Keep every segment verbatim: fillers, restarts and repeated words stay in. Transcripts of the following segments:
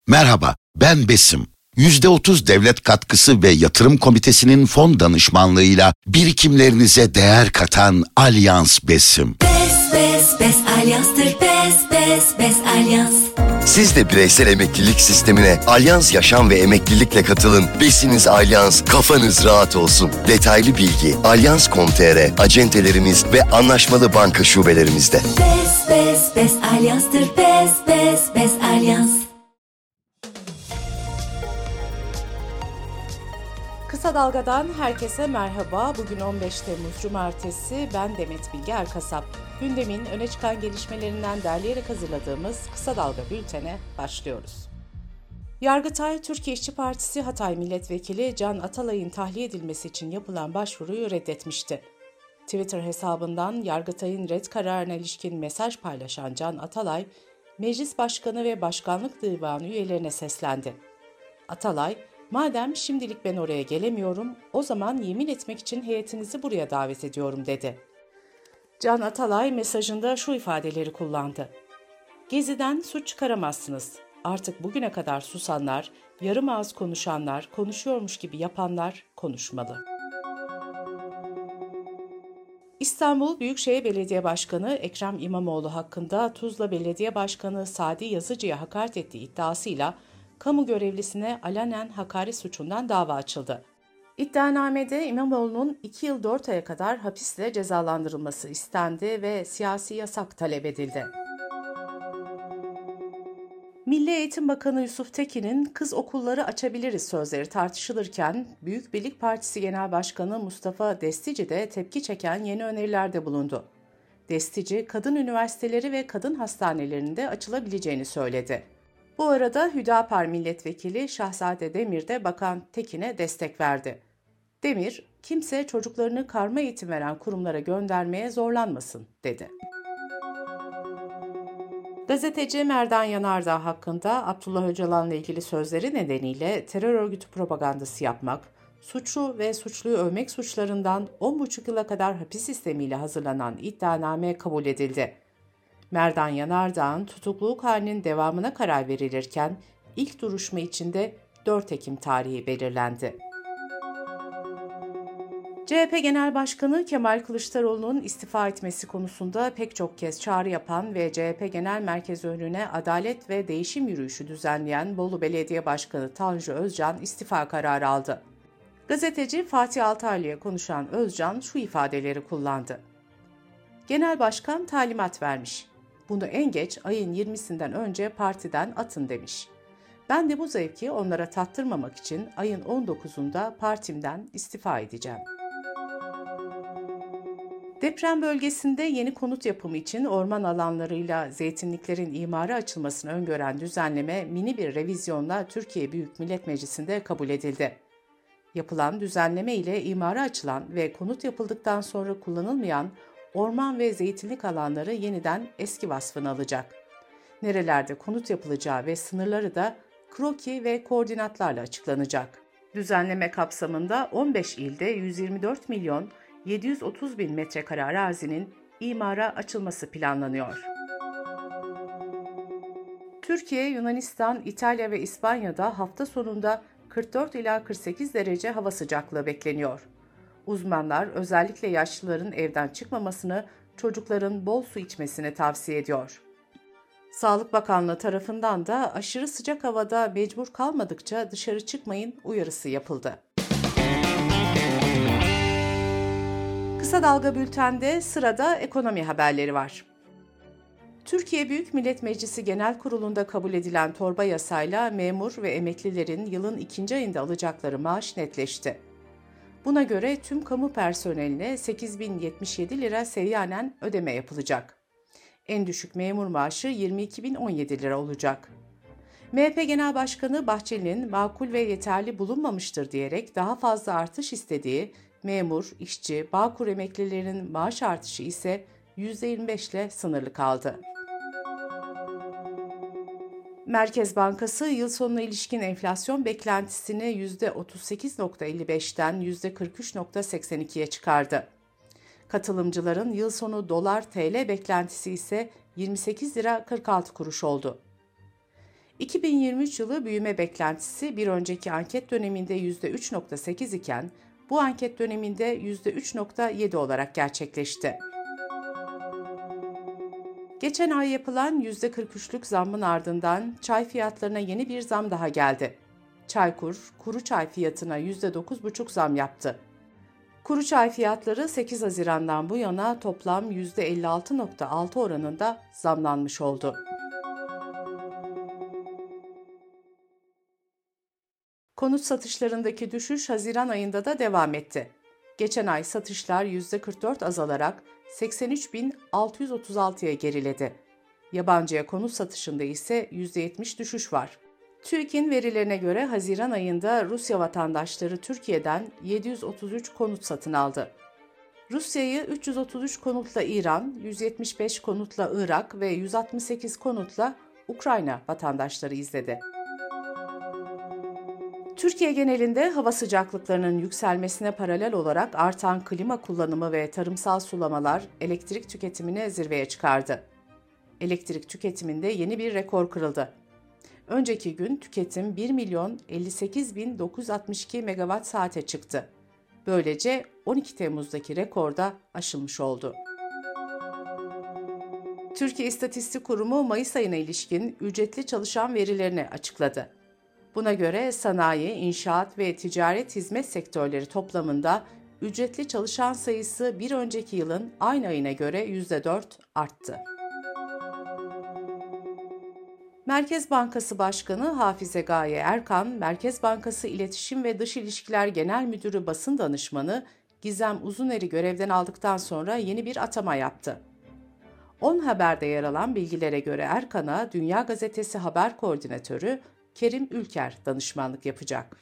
Merhaba, ben Besim. yüzde otuz devlet katkısı ve yatırım komitesinin fon danışmanlığıyla birikimlerinize değer katan Alyans Besim. Bes, bes, bes Alyans'tır. Bes, bes, bes Alyans. Siz de bireysel emeklilik sistemine Alyans Yaşam ve Emeklilikle katılın. Besiniz Alyans, kafanız rahat olsun. Detaylı bilgi alyans nokta com nokta tr, acentelerimiz ve anlaşmalı banka şubelerimizde. Bes, bes, bes Alyans'tır. Bes, bes, bes Alyans. Kısa Dalga'dan herkese merhaba. Bugün on beş Temmuz Cumartesi. Ben Demet Bilge Erkasap. Gündemin öne çıkan gelişmelerinden derleyerek hazırladığımız Kısa Dalga bültene başlıyoruz. Yargıtay, Türkiye İşçi Partisi Hatay Milletvekili Can Atalay'ın tahliye edilmesi için yapılan başvuruyu reddetmişti. Twitter hesabından Yargıtay'ın red kararına ilişkin mesaj paylaşan Can Atalay, Meclis Başkanı ve Başkanlık Divanı üyelerine seslendi. Atalay, "Madem şimdilik ben oraya gelemiyorum, o zaman yemin etmek için heyetinizi buraya davet ediyorum," dedi. Can Atalay mesajında şu ifadeleri kullandı. "Gezi'den suç çıkaramazsınız. Artık bugüne kadar susanlar, yarım ağız konuşanlar, konuşuyormuş gibi yapanlar konuşmalı." İstanbul Büyükşehir Belediye Başkanı Ekrem İmamoğlu hakkında Tuzla Belediye Başkanı Sadi Yazıcı'ya hakaret ettiği iddiasıyla kamu görevlisine alenen hakaret suçundan dava açıldı. İddianamede İmamoğlu'nun iki yıl dört aya kadar hapisle cezalandırılması istendi ve siyasi yasak talep edildi. Milli Eğitim Bakanı Yusuf Tekin'in "kız okulları açabiliriz" sözleri tartışılırken, Büyük Birlik Partisi Genel Başkanı Mustafa Destici de tepki çeken yeni önerilerde bulundu. Destici, kadın üniversiteleri ve kadın hastanelerinde açılabileceğini söyledi. Bu arada Hüdapar Milletvekili Şahzade Demir de Bakan Tekin'e destek verdi. Demir, "Kimse çocuklarını karma eğitim veren kurumlara göndermeye zorlanmasın," dedi. Gazeteci Merdan Yanardağ hakkında Abdullah Öcalan'la ilgili sözleri nedeniyle terör örgütü propagandası yapmak, suçlu ve suçluyu övmek suçlarından on buçuk yıla kadar hapis sistemiyle hazırlanan iddianame kabul edildi. Merdan Yanardağ'ın tutukluluk halinin devamına karar verilirken ilk duruşma için de dört Ekim tarihi belirlendi. C H P Genel Başkanı Kemal Kılıçdaroğlu'nun istifa etmesi konusunda pek çok kez çağrı yapan ve C H P Genel Merkezi önüne adalet ve değişim yürüyüşü düzenleyen Bolu Belediye Başkanı Tanju Özcan istifa kararı aldı. Gazeteci Fatih Altaylı'ya konuşan Özcan şu ifadeleri kullandı. "Genel Başkan talimat vermiş. Bunu en geç ayın yirmisinden önce partiden atın demiş. Ben de bu zevki onlara tattırmamak için ayın on dokuzunda partimden istifa edeceğim." Deprem bölgesinde yeni konut yapımı için orman alanlarıyla zeytinliklerin imara açılmasını öngören düzenleme mini bir revizyonla Türkiye Büyük Millet Meclisi'nde kabul edildi. Yapılan düzenleme ile imara açılan ve konut yapıldıktan sonra kullanılmayan orman ve zeytinlik alanları yeniden eski vasfını alacak. Nerelerde konut yapılacağı ve sınırları da kroki ve koordinatlarla açıklanacak. Düzenleme kapsamında on beş ilde yüz yirmi dört milyon yedi yüz otuz bin metrekare arazinin imara açılması planlanıyor. Türkiye, Yunanistan, İtalya ve İspanya'da hafta sonunda kırk dört ila kırk sekiz derece hava sıcaklığı bekleniyor. Uzmanlar özellikle yaşlıların evden çıkmamasını, çocukların bol su içmesini tavsiye ediyor. Sağlık Bakanlığı tarafından da aşırı sıcak havada mecbur kalmadıkça dışarı çıkmayın uyarısı yapıldı. Kısa Dalga Bülten'de sırada ekonomi haberleri var. Türkiye Büyük Millet Meclisi Genel Kurulu'nda kabul edilen torba yasayla memur ve emeklilerin yılın ikinci ayında alacakları maaş netleşti. Buna göre tüm kamu personeline sekiz bin yetmiş yedi lira seyyanen ödeme yapılacak. En düşük memur maaşı yirmi iki bin on yedi lira olacak. M H P Genel Başkanı Bahçeli'nin makul ve yeterli bulunmamıştır diyerek daha fazla artış istediği memur, işçi, Bağkur emeklilerinin maaş artışı ise yüzde yirmi beş ile sınırlı kaldı. Merkez Bankası yıl sonuna ilişkin enflasyon beklentisini yüzde otuz sekiz virgül elli beşten yüzde kırk üç virgül seksen ikiye çıkardı. Katılımcıların yıl sonu dolar T L beklentisi ise yirmi sekiz lira kırk altı kuruş oldu. iki bin yirmi üç yılı büyüme beklentisi bir önceki anket döneminde yüzde üç virgül sekiz iken bu anket döneminde yüzde üç virgül yedi olarak gerçekleşti. Geçen ay yapılan yüzde kırk üçlük zammın ardından çay fiyatlarına yeni bir zam daha geldi. Çaykur, kuru çay fiyatına yüzde dokuz virgül beş zam yaptı. Kuru çay fiyatları sekiz Haziran'dan bu yana toplam yüzde elli altı virgül altı oranında zamlanmış oldu. Konut satışlarındaki düşüş Haziran ayında da devam etti. Geçen ay satışlar yüzde kırk dört azalarak seksen üç bin altı yüz otuz altıya geriledi. Yabancıya konut satışında ise yüzde yetmiş düşüş var. TÜİK'in verilerine göre Haziran ayında Rusya vatandaşları Türkiye'den yedi yüz otuz üç konut satın aldı. Rusya'yı üç yüz otuz üç konutla İran, yüz yetmiş beş konutla Irak ve yüz altmış sekiz konutla Ukrayna vatandaşları izledi. Türkiye genelinde hava sıcaklıklarının yükselmesine paralel olarak artan klima kullanımı ve tarımsal sulamalar elektrik tüketimini zirveye çıkardı. Elektrik tüketiminde yeni bir rekor kırıldı. Önceki gün tüketim bir milyon elli sekiz bin dokuz yüz altmış iki megawatt saate çıktı. Böylece on iki Temmuz'daki rekor da aşılmış oldu. Türkiye İstatistik Kurumu Mayıs ayına ilişkin ücretli çalışan verilerini açıkladı. Buna göre sanayi, inşaat ve ticaret hizmet sektörleri toplamında ücretli çalışan sayısı bir önceki yılın aynı ayına göre yüzde dört arttı. Merkez Bankası Başkanı Hafize Gaye Erkan, Merkez Bankası İletişim ve Dış İlişkiler Genel Müdürü Basın Danışmanı Gizem Uzuner'i görevden aldıktan sonra yeni bir atama yaptı. On Haber'de yer alan bilgilere göre Erkan'a Dünya Gazetesi Haber Koordinatörü Kerim Ülker danışmanlık yapacak.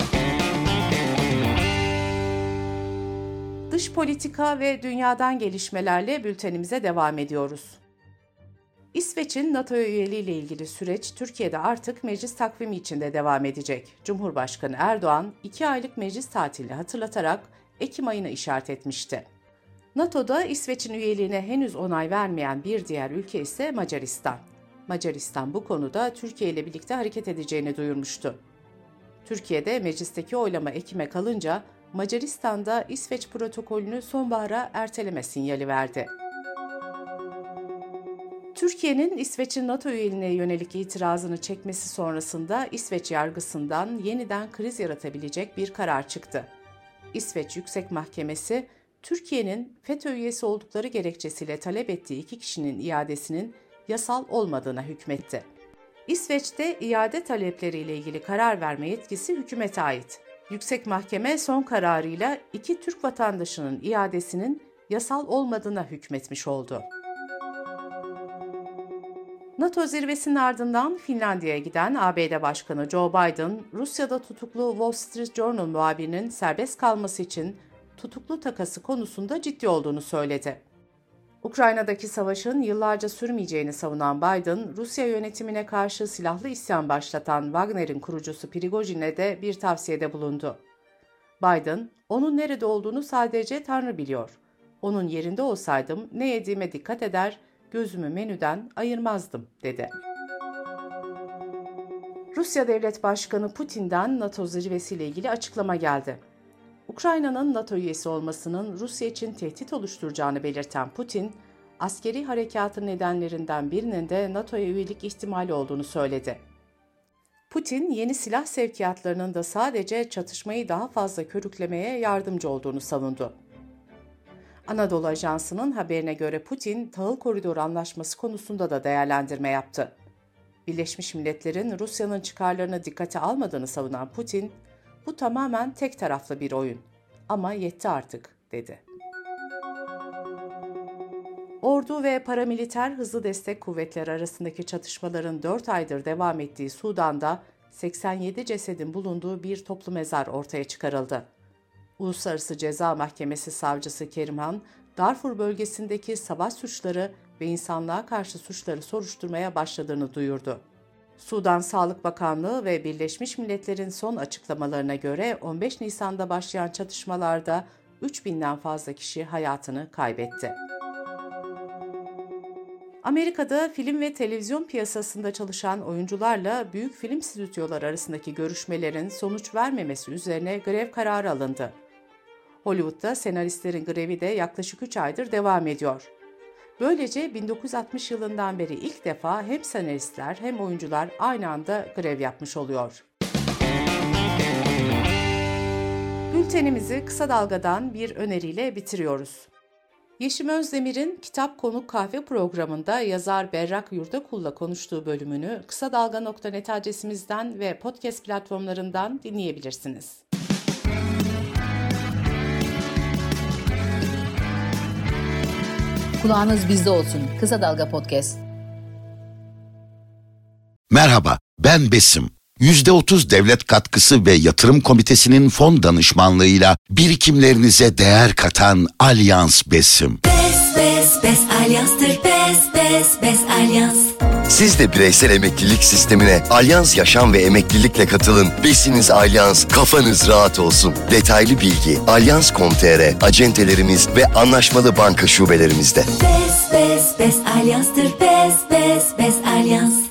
Dış politika ve dünyadan gelişmelerle bültenimize devam ediyoruz. İsveç'in NATO'ya üyeliğiyle ilgili süreç Türkiye'de artık meclis takvimi içinde devam edecek. Cumhurbaşkanı Erdoğan iki aylık meclis tatilini hatırlatarak Ekim ayına işaret etmişti. NATO'da İsveç'in üyeliğine henüz onay vermeyen bir diğer ülke ise Macaristan. Macaristan bu konuda Türkiye ile birlikte hareket edeceğini duyurmuştu. Türkiye'de meclisteki oylama Ekim'e kalınca Macaristan'da İsveç protokolünü sonbahara erteleme sinyali verdi. Türkiye'nin İsveç'in NATO üyeliğine yönelik itirazını çekmesi sonrasında İsveç yargısından yeniden kriz yaratabilecek bir karar çıktı. İsveç Yüksek Mahkemesi, Türkiye'nin FETÖ üyesi oldukları gerekçesiyle talep ettiği iki kişinin iadesinin yasal olmadığına hükmetti. İsveç'te iade talepleriyle ilgili karar verme yetkisi hükümete ait. Yüksek Mahkeme son kararıyla iki Türk vatandaşının iadesinin yasal olmadığına hükmetmiş oldu. NATO zirvesinin ardından Finlandiya'ya giden A B D Başkanı Joe Biden, Rusya'da tutuklu Wall Street Journal muhabirinin serbest kalması için tutuklu takası konusunda ciddi olduğunu söyledi. Ukrayna'daki savaşın yıllarca sürmeyeceğini savunan Biden, Rusya yönetimine karşı silahlı isyan başlatan Wagner'in kurucusu Prigojin'e de bir tavsiyede bulundu. Biden, onun nerede olduğunu sadece Tanrı biliyor. Onun yerinde olsaydım ne yediğime dikkat eder, gözümü menüden ayırmazdım, dedi. Rusya Devlet Başkanı Putin'den NATO zirvesiyle ilgili açıklama geldi. Ukrayna'nın NATO üyesi olmasının Rusya için tehdit oluşturacağını belirten Putin, askeri harekatın nedenlerinden birinin de NATO'ya üyelik ihtimali olduğunu söyledi. Putin, yeni silah sevkiyatlarının da sadece çatışmayı daha fazla körüklemeye yardımcı olduğunu savundu. Anadolu Ajansı'nın haberine göre Putin, Tahıl Koridoru Anlaşması konusunda da değerlendirme yaptı. Birleşmiş Milletler'in Rusya'nın çıkarlarını dikkate almadığını savunan Putin, bu tamamen tek taraflı bir oyun ama yetti artık, dedi. Ordu ve paramiliter hızlı destek kuvvetleri arasındaki çatışmaların dört aydır devam ettiği Sudan'da seksen yedi cesedin bulunduğu bir toplu mezar ortaya çıkarıldı. Uluslararası Ceza Mahkemesi savcısı Kerimhan, Darfur bölgesindeki savaş suçları ve insanlığa karşı suçları soruşturmaya başladığını duyurdu. Sudan Sağlık Bakanlığı ve Birleşmiş Milletler'in son açıklamalarına göre on beş Nisan'da başlayan çatışmalarda üç binden fazla kişi hayatını kaybetti. Amerika'da film ve televizyon piyasasında çalışan oyuncularla büyük film stüdyoları arasındaki görüşmelerin sonuç vermemesi üzerine grev kararı alındı. Hollywood'da senaristlerin grevi de yaklaşık üç aydır devam ediyor. Böylece bin dokuz yüz altmış yılından beri ilk defa hem senaristler hem oyuncular aynı anda grev yapmış oluyor. Bültenimizi Kısa Dalga'dan bir öneriyle bitiriyoruz. Yeşim Özdemir'in Kitap Konuk Kahve programında yazar Berrak Yurdakul'la konuştuğu bölümünü kısa dalga nokta net adresimizden ve podcast platformlarından dinleyebilirsiniz. Kulağınız bizde olsun. Kısa Dalga Podcast. Merhaba, ben Besim. yüzde otuz devlet katkısı ve yatırım komitesinin fon danışmanlığıyla birikimlerinize değer katan Alyans Besim. Bes bes bes Alyans'tır bes bes bes Alyans. Siz de bireysel emeklilik sistemine Alyans Yaşam ve Emeklilikle katılın. Besiniz Alyans, kafanız rahat olsun. Detaylı bilgi alyans nokta com nokta tr, acentelerimiz ve anlaşmalı banka şubelerimizde. Bes bes bes Alyans'tır bes bes bes Alyans.